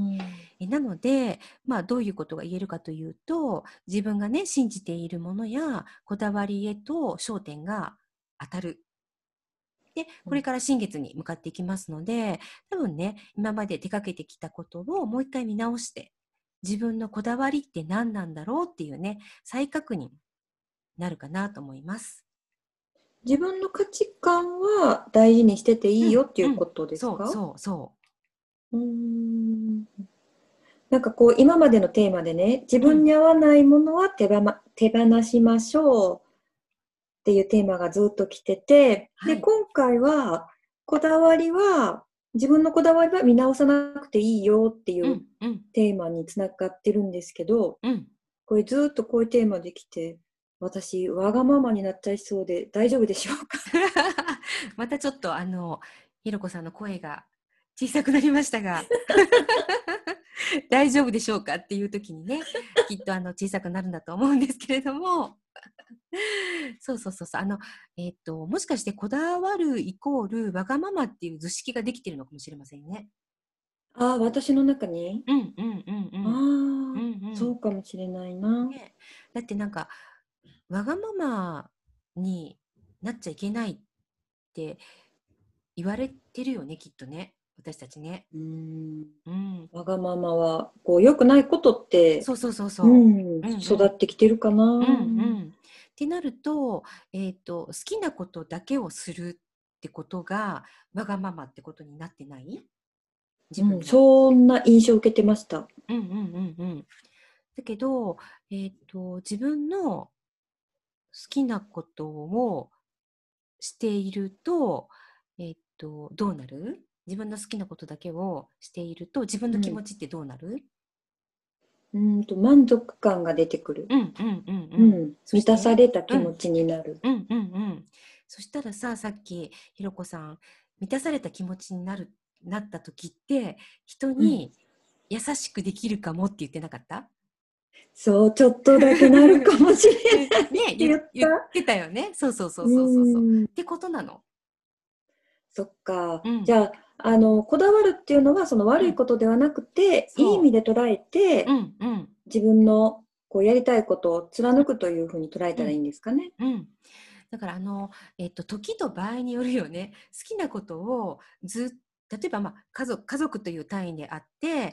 [SPEAKER 1] えなので、まあ、どういうことが言えるかというと、自分がね、信じているものやこだわりへと焦点が当たる。で、これから新月に向かっていきますので、多分ね、今まで手掛けてきたことをもう一回見直して、自分のこだわりって何なんだろうっていうね、再確認になるかなと思います。
[SPEAKER 2] 自分の価値観は大事にしてていい
[SPEAKER 1] うん、
[SPEAKER 2] よっていう
[SPEAKER 1] うん。
[SPEAKER 2] ことです
[SPEAKER 1] そう、
[SPEAKER 2] か？
[SPEAKER 1] そう、そ
[SPEAKER 2] うーん。なんかこう、今までのテーマでね、自
[SPEAKER 1] う。うん、
[SPEAKER 2] 分に合わないものは手ばま手放しましょうっていうテーマがずっと来てて、で、
[SPEAKER 1] はい。
[SPEAKER 2] 今回は、こだわりは、自分のこだわりは見直さなくていいよっていう
[SPEAKER 1] うん、うん、
[SPEAKER 2] テーマにつながってるんですけど、
[SPEAKER 1] うん。
[SPEAKER 2] これずっとこういうテーマできて、私、わがままになっちゃいそうで大丈夫でしょうか？
[SPEAKER 1] またちょっとあの、ひろこさんの声が小さくなりましたが、大丈夫でしょうかっていう時にね、きっとあの小さくなるんだと思うんですけれども、そうそうそうそう、あの、えっと、もしかしてこだわるイコールわがままっていう図式ができてるのかもしれませんね。
[SPEAKER 2] ああ、私の中に
[SPEAKER 1] うんうんうんう
[SPEAKER 2] あ
[SPEAKER 1] ん。うん
[SPEAKER 2] あ、
[SPEAKER 1] うん。
[SPEAKER 2] そうかもしれないな。
[SPEAKER 1] ね、だってなんか、わがままになっちゃいけないって言われてるよね、きっとね。私たちね。
[SPEAKER 2] うーん。
[SPEAKER 1] うん。
[SPEAKER 2] わがままは、こう、良くないことって、
[SPEAKER 1] そうそうそう
[SPEAKER 2] う
[SPEAKER 1] そ
[SPEAKER 2] ん、
[SPEAKER 1] う。うん
[SPEAKER 2] 育
[SPEAKER 1] うん。
[SPEAKER 2] ってきてるかな。
[SPEAKER 1] うんうん。ってなると、えっと、好きなことだけをするってことが、わがままってことになってない自
[SPEAKER 2] うん、
[SPEAKER 1] 分の。
[SPEAKER 2] そんな印象を受けてました。
[SPEAKER 1] うんうんうんうん。だけど、えっと、自分の好きなことをしていると、えっと、どうなる自分の好きなことだけをしていると、自分の気
[SPEAKER 2] うん。
[SPEAKER 1] 持ちってどうなる？
[SPEAKER 2] うんと、満足感が出てくる。
[SPEAKER 1] うんうんうんうん。
[SPEAKER 2] うん。満たさ
[SPEAKER 1] そしてね、
[SPEAKER 2] れた気持
[SPEAKER 1] うん、
[SPEAKER 2] ちになる。
[SPEAKER 1] うんうんうん。そしたらさ、さっきひろこさん、満たされた気持ちになる、なった時って、人
[SPEAKER 2] うん。
[SPEAKER 1] に優しくできるかもって言ってなかった？
[SPEAKER 2] そう、ちょっとだけなるかもしれないっ
[SPEAKER 1] ね、
[SPEAKER 2] て言
[SPEAKER 1] 言、
[SPEAKER 2] った。
[SPEAKER 1] 言ってたよね。そうそうそう
[SPEAKER 2] う
[SPEAKER 1] そうそうそう。
[SPEAKER 2] ん。
[SPEAKER 1] ってことなの。
[SPEAKER 2] そっか。
[SPEAKER 1] うん、
[SPEAKER 2] じゃあ、あの、こだわるっていうのは、その悪い
[SPEAKER 1] うん、
[SPEAKER 2] ことではなくて、いい意味
[SPEAKER 1] そ
[SPEAKER 2] で捉え
[SPEAKER 1] う。う
[SPEAKER 2] て、
[SPEAKER 1] ん、うん、
[SPEAKER 2] 自分のこうやりたいことを貫くというふうに捉え
[SPEAKER 1] うん、
[SPEAKER 2] たらいいんですかね。
[SPEAKER 1] うん。だからあの、えっと、時と場合によるよね。好きなことをずっ例えば、まあ、家族、家族という単位であって、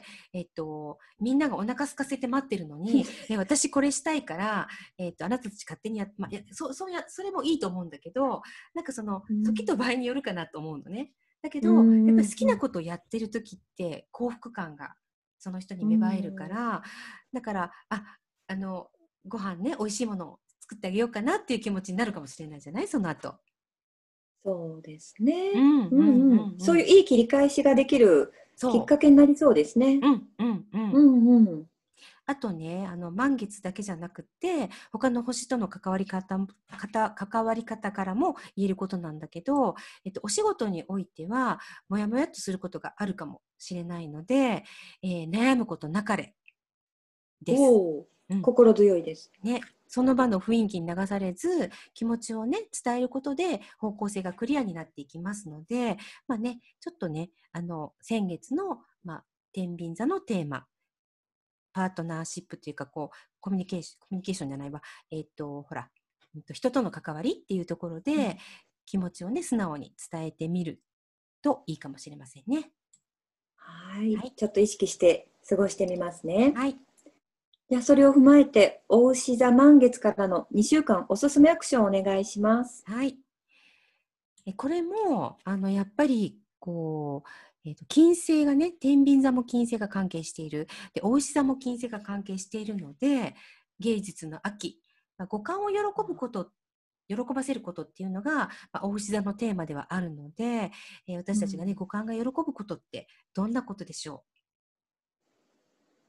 [SPEAKER 1] えっと、みんながお腹空かせて待ってるのに、え、私これしたいから、えっと、あなたたち勝手にやっ、まあ、いや、そう、そうや、それもいいと思うんだけど、なんかその、
[SPEAKER 2] うん。
[SPEAKER 1] 時と場合によるかなと思うのね。だけ
[SPEAKER 2] う
[SPEAKER 1] ど、やっぱり
[SPEAKER 2] ん。
[SPEAKER 1] 好きなことをやってる時って幸福感がその人に
[SPEAKER 2] う
[SPEAKER 1] 芽生えるか
[SPEAKER 2] ん。
[SPEAKER 1] ら、だから、あ、あの、ご飯ね、美味しいものを作ってあげようかなっていう気持ちになるかもしれないじゃないその後。
[SPEAKER 2] そうですね。
[SPEAKER 1] うんうん
[SPEAKER 2] うんうん。
[SPEAKER 1] うんうん。
[SPEAKER 2] そういういい切り返しができるきっ
[SPEAKER 1] そ
[SPEAKER 2] かけになりそうですね。
[SPEAKER 1] う。うんうんう
[SPEAKER 2] う
[SPEAKER 1] ん。
[SPEAKER 2] んうん。
[SPEAKER 1] あとね、あの満月だけじゃなくて、他の星との関わり方、方関わり方からも言えることなんだけど、えっと、お仕事においては、もやもやっとすることがあるかもしれないので、えー悩むことなかれです。
[SPEAKER 2] おお、
[SPEAKER 1] うん。
[SPEAKER 2] 心強いです。
[SPEAKER 1] ね、その場の雰囲気に流されず、気持ちをね、伝えることで方向性がクリアになっていきますので、まあね、ちょっとね、あの、先月の、まあ、天秤座のテーマ、パートナーシップというか、こう、コミュニケーション、コミュニケーションじゃないわ、えっと、ほら、人との関わりっていうところで、
[SPEAKER 2] うん。
[SPEAKER 1] 気持ちをね、素直に伝えてみるといいかもしれませんね。
[SPEAKER 2] はい。
[SPEAKER 1] はい。
[SPEAKER 2] ちょっと意識して過ごしてみますね。
[SPEAKER 1] はい。
[SPEAKER 2] じゃあ、それを踏まえて、お牛座満月からのにしゅうかんおすすめアクションをお願いします。
[SPEAKER 1] はい。えこれも、あの、やっぱり、こう、えーと、金星がね、天秤座も金星が関係している。で、牡牛座も金星が関係しているので、芸術の秋、まあ、五感を喜ぶこと、喜ばせることっていうのが、まあ、牡牛座のテーマではあるので、えー私たちがね、
[SPEAKER 2] うん。
[SPEAKER 1] 五感が喜ぶことってどんなことでしょ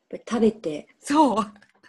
[SPEAKER 2] ぱり食べて、
[SPEAKER 1] そう。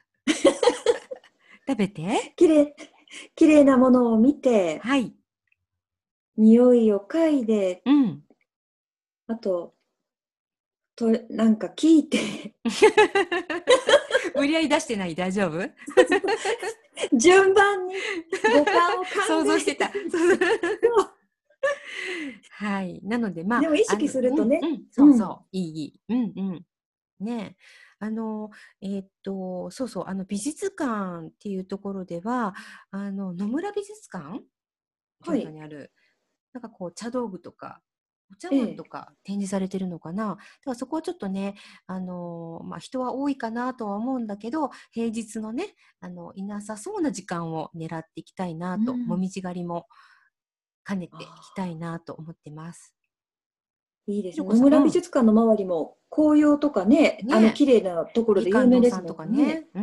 [SPEAKER 1] 食べて。
[SPEAKER 2] きれい、きれいなものを見て、
[SPEAKER 1] はい。
[SPEAKER 2] 匂いを嗅いで、
[SPEAKER 1] うん。
[SPEAKER 2] あと、となんか聞いて、
[SPEAKER 1] 無理やり出してない？大丈夫？
[SPEAKER 2] 順番に五感を考
[SPEAKER 1] 想像してた。
[SPEAKER 2] えてみ
[SPEAKER 1] そうそう。
[SPEAKER 2] て。そう。
[SPEAKER 1] はい。なので、まあ、
[SPEAKER 2] でも意識
[SPEAKER 1] あの、うん、
[SPEAKER 2] するとね、
[SPEAKER 1] うん、そう
[SPEAKER 2] うん。
[SPEAKER 1] そう、いい、いい。うん、うん。ねえ。あの、えーっと、そうそう、あの、美術館っていうところでは、あの、野村美術館っていうの
[SPEAKER 2] はい。
[SPEAKER 1] にある、なんかこう、茶道具とか、お茶
[SPEAKER 2] ええ。
[SPEAKER 1] 碗とか展示されてるのかな。だからそこはちょっとね、あの、まあ、人は多いかなとは思うんだけど、平日のね、あの、いなさそうな時間を狙っていきたいなと、も
[SPEAKER 2] うん。
[SPEAKER 1] みじ狩りも兼ねていきたい
[SPEAKER 2] ああ、
[SPEAKER 1] なと思ってます。
[SPEAKER 2] いいですね。
[SPEAKER 1] ひろこさん、
[SPEAKER 2] 野村美
[SPEAKER 1] うん。
[SPEAKER 2] 術館の周りも紅葉とかね、あの
[SPEAKER 1] ね、
[SPEAKER 2] 綺麗なところ
[SPEAKER 1] み
[SPEAKER 2] で有名です
[SPEAKER 1] かん堂さんと
[SPEAKER 2] もんね。
[SPEAKER 1] かね。うん、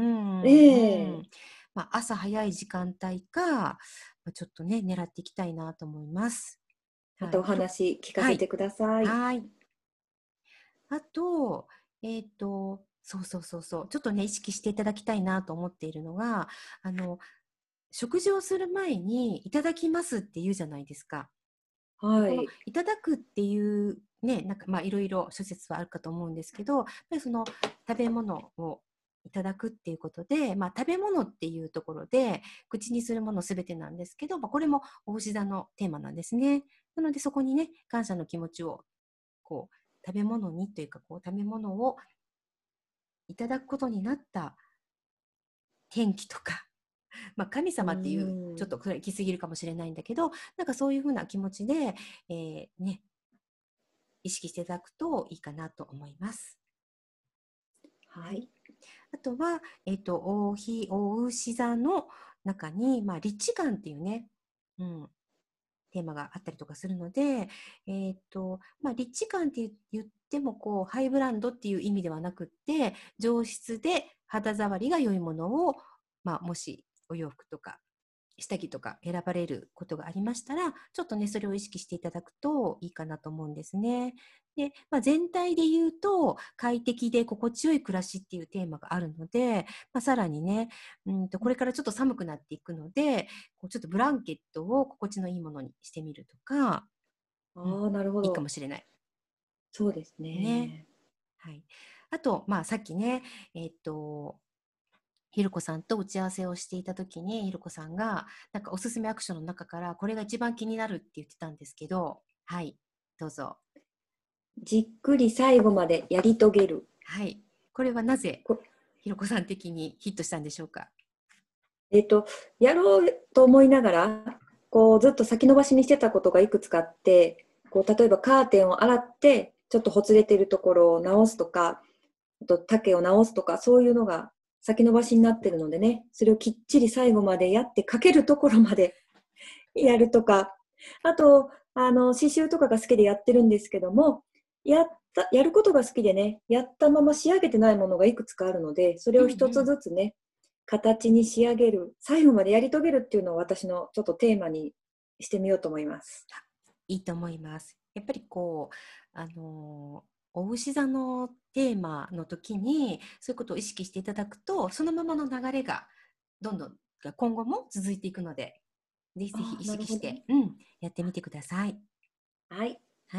[SPEAKER 1] うん。
[SPEAKER 2] ええ。
[SPEAKER 1] まあ、朝早い時間帯か、まあ、ちょっとね、狙っていきたいなと思います。
[SPEAKER 2] またお
[SPEAKER 1] はい。ひろ、
[SPEAKER 2] 話聞か
[SPEAKER 1] はい。
[SPEAKER 2] せてください。
[SPEAKER 1] はい。あと、えっと、そうそうそうそう、ちょっとね、意識していただきたいなと思っているのが、あの、食事をする前に、いただきますって言うじゃないですか。で、この
[SPEAKER 2] はい。
[SPEAKER 1] いただくっていうね、なんかまあいろいろ諸説はあるかと思うんですけど、やっぱりその食べ物をいただくっていうことで、まあ食べ物っていうところで口にするものすべてなんですけど、まあ、これもお牛座のテーマなんですね。なのでそこにね、感謝の気持ちをこう食べ物にというかこう食べ物をいただくことになった天気とか、まあ、神
[SPEAKER 2] うー
[SPEAKER 1] 様っていうちょっ
[SPEAKER 2] ん。
[SPEAKER 1] とこれ行き過ぎるかもしれないんだけど、なんかそういうふうな気持ちで、えーね、意識していただくといいかなと思います。はい。
[SPEAKER 2] はい。
[SPEAKER 1] あとは、えっと、おひ、お牛座の中に、まあ、立地感っていうね、うん、テーマがあったりとかするので、えっと、まあ、立地感って言っても、こう、ハイブランドっていう意味ではなくって、上質で肌触りが良いものを、まあ、もしお洋服とか下着とか選ばれることがありましたら、ちょっとね、それを意識していただくといいかなと思うんですね。で、まあ、全体で言うと、快適で心地よい暮らしっていうテーマがあるので、まあ、さらにね、うんと、これからちょっと寒くなっていくので、こうちょっとブランケットを心地のいいものにしてみるとか、うん、
[SPEAKER 2] ああ、なるほ
[SPEAKER 1] いいかも
[SPEAKER 2] ど。
[SPEAKER 1] しれない。
[SPEAKER 2] そうです
[SPEAKER 1] ね。
[SPEAKER 2] ね。
[SPEAKER 1] はい。あと、まあ、さっきね、えっと、ひろこさんと打ち合わせをしていたときに、ひろこさんが、なんかおすすめアクションの中から、これが一番気になるって言ってたんですけど、はい、どうぞ。
[SPEAKER 2] じっくり最後までやり遂げる。
[SPEAKER 1] はい。これはなぜ、
[SPEAKER 2] こ
[SPEAKER 1] ひろこさん的にヒットしたんでしょうか？
[SPEAKER 2] えっと、やろうと思いながら、こうずっと先延ばしにしてたことがいくつかあって、こう例えばカーテンを洗って、ちょっとほつれてるところを直すとか、あと丈を直すとか、そういうのが先延ばしになってるのでね、それをきっちり最後までやって、かけるところまでやるとか、あと、あの、刺繍とかが好きでやってるんですけども、やった、やることが好きでね、やったまま仕上げてないものがいくつかあるので、それ
[SPEAKER 1] うんう
[SPEAKER 2] を一つ
[SPEAKER 1] ん。
[SPEAKER 2] ずつね、形に仕上げる、最後までやり遂げるっていうのを私のちょっとテーマにしてみようと思います。
[SPEAKER 1] いいと思います。やっぱりこう、あのーお牛座のテーマの時に、そういうことを意識していただくと、そのままの流れが、どんどん、今後も続いていくので、ぜひぜひ
[SPEAKER 2] ああ、
[SPEAKER 1] 意
[SPEAKER 2] なるほど。
[SPEAKER 1] 識して、うん、やってみてください。
[SPEAKER 2] はい。
[SPEAKER 1] はい。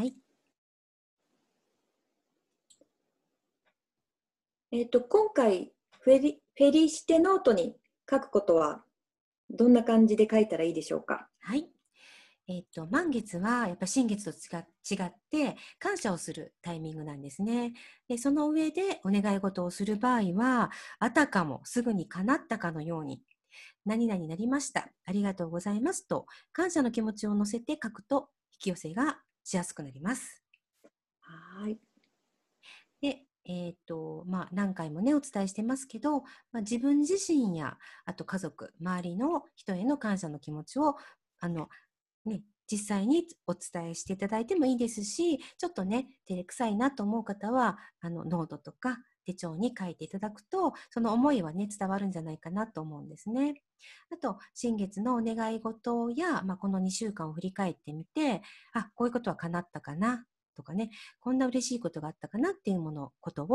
[SPEAKER 2] えっと、今回フェリ、フェリシテノートに書くことはどんな感じで書いたらいいでしょうか？
[SPEAKER 1] はい。えっと、満月はやっぱり新月と違違って感謝をするタイミングなんですね。で、その上でお願い事をする場合は、あたかもすぐに叶ったかのように、何々になりました。ありがとうございますと、感謝の気持ちを乗せて書くと引き寄せがしやすくなります。
[SPEAKER 2] はい。
[SPEAKER 1] で、えっと、まあ、何回もね、お伝えしてますけど、まあ、自分自身や、あと家族、周りの人への感謝の気持ちを、あの、ね、実際にお伝えしていただいてもいいですし、ちょっとね、照れくさいなと思う方は、あの、ノートとか手帳に書いていただくと、その思いはね、伝わるんじゃないかなと思うんですね。あと、新月のお願い事や、まあ、このにしゅうかんを振り返ってみて、あ、こういうことは叶ったかなとかね、こんな嬉しいことがあったかなっていうもの、ことを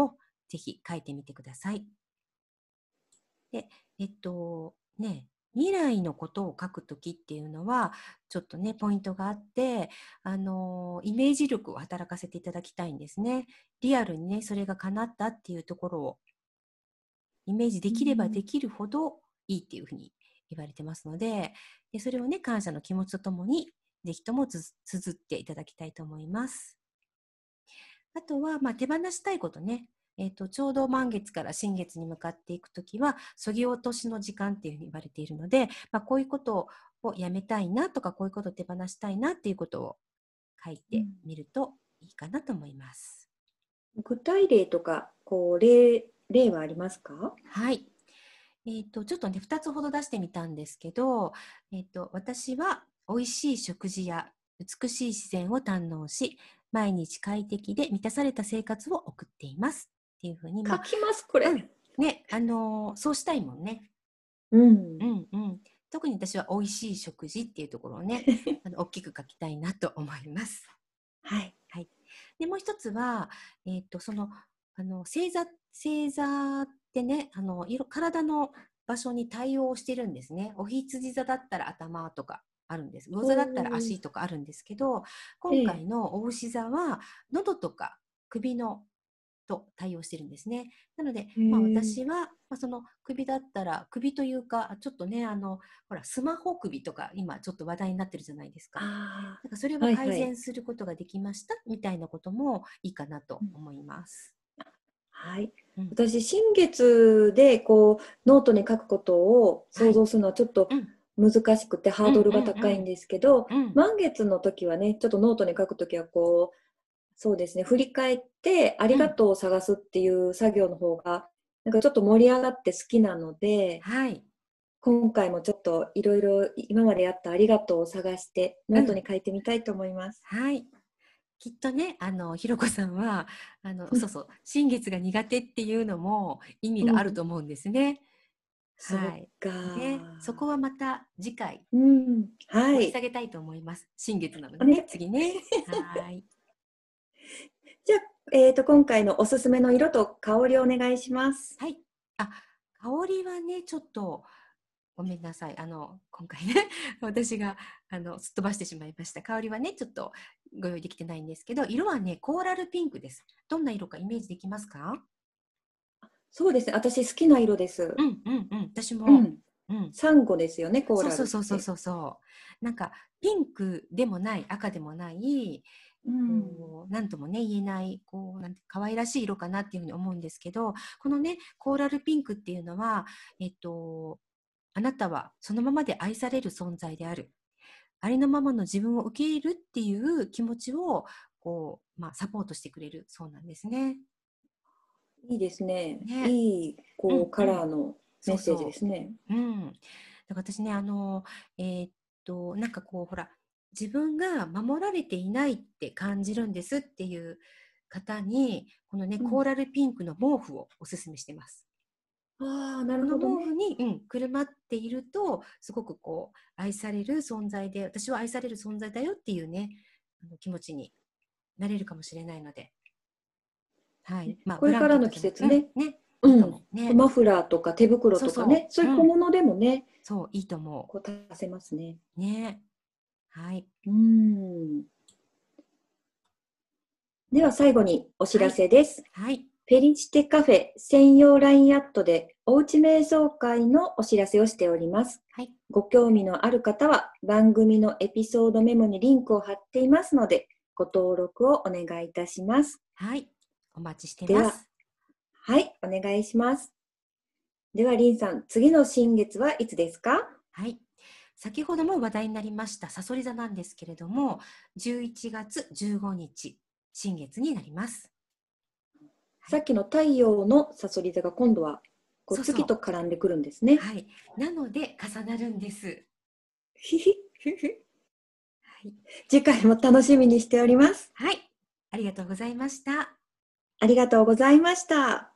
[SPEAKER 1] ぜひ書いてみてください。で、えっと、ね、未来のことを書くときっていうのは、ちょっとね、ポイントがあって、あの、イメージ力を働かせていただきたいんですね。リアルにね、それが叶ったっていうところを、イメージできればできるほどいいっていうふうに言われてますので、でそれをね、感謝の気持ちとともに、ぜひともつ綴っていただきたいと思います。あとは、まあ、手放したいことね。えっと、ちょうど満月から新月に向かっていくときは、そぎ落としの時間っていうふうに言われているので、まあ、こういうことをやめたいなとか、こういうことを手放したいなっていうことを書いてみるといいかなと思います。
[SPEAKER 2] 具体例とか、こう、例、例はありますか？
[SPEAKER 1] はい。えっと、ちょっとね、ふたつほど出してみたんですけど、えっと、私は美味しい食事や美しい自然を堪能し、毎日快適で満たされた生活を送っています。っていうふうに、まあ、
[SPEAKER 2] 書きます、これ。
[SPEAKER 1] うん。ね、あのーそうしたいもんね。
[SPEAKER 2] うん。
[SPEAKER 1] うんうん。特に私は美味しい食事っていうところをね、あの大きく書きたいなと思います。
[SPEAKER 2] はい。
[SPEAKER 1] はい。で、もう一つは、えっと、その、あの、星座、星座ってね、あの、いろ体の場所に対応してるんですね。お羊座だったら頭とかあるんです。魚座だったら
[SPEAKER 2] おー、
[SPEAKER 1] 足とかあるんですけど、今
[SPEAKER 2] ええ。
[SPEAKER 1] 回のお牛座は喉とか首のと対応してるんですね。なので、
[SPEAKER 2] へ
[SPEAKER 1] まあ、
[SPEAKER 2] え。
[SPEAKER 1] 私は、まあ、その首だったら、首というか、ちょっとね、あの、ほら、スマホ首とか今ちょっと話題になってるじゃないですか。
[SPEAKER 2] あ
[SPEAKER 1] なんかそれ
[SPEAKER 2] あ、
[SPEAKER 1] を
[SPEAKER 2] はいはい。
[SPEAKER 1] 改善することができましたみたいなこともいいかなと
[SPEAKER 2] うん、
[SPEAKER 1] 思います。
[SPEAKER 2] はい。
[SPEAKER 1] うん。
[SPEAKER 2] 私、新月でこうノートに書くことを
[SPEAKER 1] はい。
[SPEAKER 2] 想像するのはちょっと
[SPEAKER 1] うん。
[SPEAKER 2] 難しくてハ
[SPEAKER 1] うんう
[SPEAKER 2] ードルが
[SPEAKER 1] んうん。
[SPEAKER 2] 高いんですけど、
[SPEAKER 1] うん。
[SPEAKER 2] 満月の時はね、ちょっとノートに書くときはこう、そうですね、振り返ってあり
[SPEAKER 1] うん。
[SPEAKER 2] がとうを探すっていう作業の方が、なんかちょっと盛り上がって好きなので、
[SPEAKER 1] はい。
[SPEAKER 2] 今回もちょっといろいろ今までやったありがとうを探してノート
[SPEAKER 1] うん。
[SPEAKER 2] に書いてみたいと思います。
[SPEAKER 1] はい。きっとね、あの、ひろこさんは、あの、そうそう、新月が苦手っていうのも意味がある
[SPEAKER 2] うん、
[SPEAKER 1] と思うんですね。
[SPEAKER 2] そっ
[SPEAKER 1] はい。で、そこ
[SPEAKER 2] か。
[SPEAKER 1] はまた次回
[SPEAKER 2] うん、は
[SPEAKER 1] 掘り下
[SPEAKER 2] い。
[SPEAKER 1] げたいと思います。新月なのでね、
[SPEAKER 2] お願い。
[SPEAKER 1] 次ね。はい。
[SPEAKER 2] じゃあ、えーと、今回のおすすめの色と香りをお願いします。
[SPEAKER 1] はい。あ、香りはね、ちょっと、ごめんなさい。あの、今回ね、私が、あの、すっ飛ばしてしまいました。香りはね、ちょっとご用意できてないんですけど、色はね、コーラルピンクです。どんな色かイメージできますか？
[SPEAKER 2] そうですね、私好きな色です。
[SPEAKER 1] うんうんうん。私も。
[SPEAKER 2] うん。
[SPEAKER 1] うん。
[SPEAKER 2] サンゴですよね、コー
[SPEAKER 1] そう
[SPEAKER 2] ラルって。
[SPEAKER 1] そうそうそうそうそう。なんか、ピンクでもない、赤でもない、
[SPEAKER 2] うん。
[SPEAKER 1] こう、なんともね、言えない、こう、なんて、可愛らしい色かなっていうふうに思うんですけど、このね、コーラルピンクっていうのは、えっと、あなたはそのままで愛される存在である。ありのままの自分を受け入れるっていう気持ちを、こう、まあ、サポートしてくれるそうなんですね。
[SPEAKER 2] いいですね。
[SPEAKER 1] ね。
[SPEAKER 2] いい、こう、カ
[SPEAKER 1] うんうん。
[SPEAKER 2] ラーのメッセージで
[SPEAKER 1] そうそ
[SPEAKER 2] すね。
[SPEAKER 1] う。うん。だから私ね、あの、えーっと、なんかこう、ほら、自分が守られていないって感じるんですっていう方に、このね、
[SPEAKER 2] うん。
[SPEAKER 1] コーラルピンクの毛布をおすすめしてます。
[SPEAKER 2] ああ、なる
[SPEAKER 1] この
[SPEAKER 2] ほどね。
[SPEAKER 1] 毛布に、うん、くるまっていると、すごくこう、愛される存在で、私は愛される存在だよっていうね、あの気持ちになれるかもしれないので、はい。まあ、
[SPEAKER 2] こ
[SPEAKER 1] ブラン
[SPEAKER 2] れからの季
[SPEAKER 1] ケットでも、うん、
[SPEAKER 2] 節ね。
[SPEAKER 1] ね、いい
[SPEAKER 2] うん。
[SPEAKER 1] と思う。ね。
[SPEAKER 2] マフラーとか手袋
[SPEAKER 1] そうそ
[SPEAKER 2] とかね、そう
[SPEAKER 1] う。
[SPEAKER 2] いう
[SPEAKER 1] うん。
[SPEAKER 2] 小物でもね、
[SPEAKER 1] そう、いいと思
[SPEAKER 2] こう足せますね。
[SPEAKER 1] う。ね。はい。
[SPEAKER 2] うーん。では最後にお知ら
[SPEAKER 1] はい。
[SPEAKER 2] せです。
[SPEAKER 1] はい。
[SPEAKER 2] フェリシテカフェ専用 ライン アットでおうち瞑想会のお知らせをしております。
[SPEAKER 1] はい。
[SPEAKER 2] ご興味のある方は番組のエピソードメモにリンクを貼っていますので、ご登録をお願いいたします。
[SPEAKER 1] はい。お待ちして
[SPEAKER 2] では、
[SPEAKER 1] ます。
[SPEAKER 2] はい、お願いします。では、りんさん、次の新月はいつですか？
[SPEAKER 1] はい。先ほども話題になりましたさそり座なんですけれども、じゅういちがつじゅうごにち、新月になります。はい。
[SPEAKER 2] さっきの太陽のさそり座が今度はこう月と
[SPEAKER 1] そうそう。
[SPEAKER 2] 絡んでくるんですね。
[SPEAKER 1] はい。なので、重なるんです。
[SPEAKER 2] ひひ
[SPEAKER 1] はい。
[SPEAKER 2] 次回も楽しみにしております。
[SPEAKER 1] はい。ありがとうございました。
[SPEAKER 2] ありがとうございました。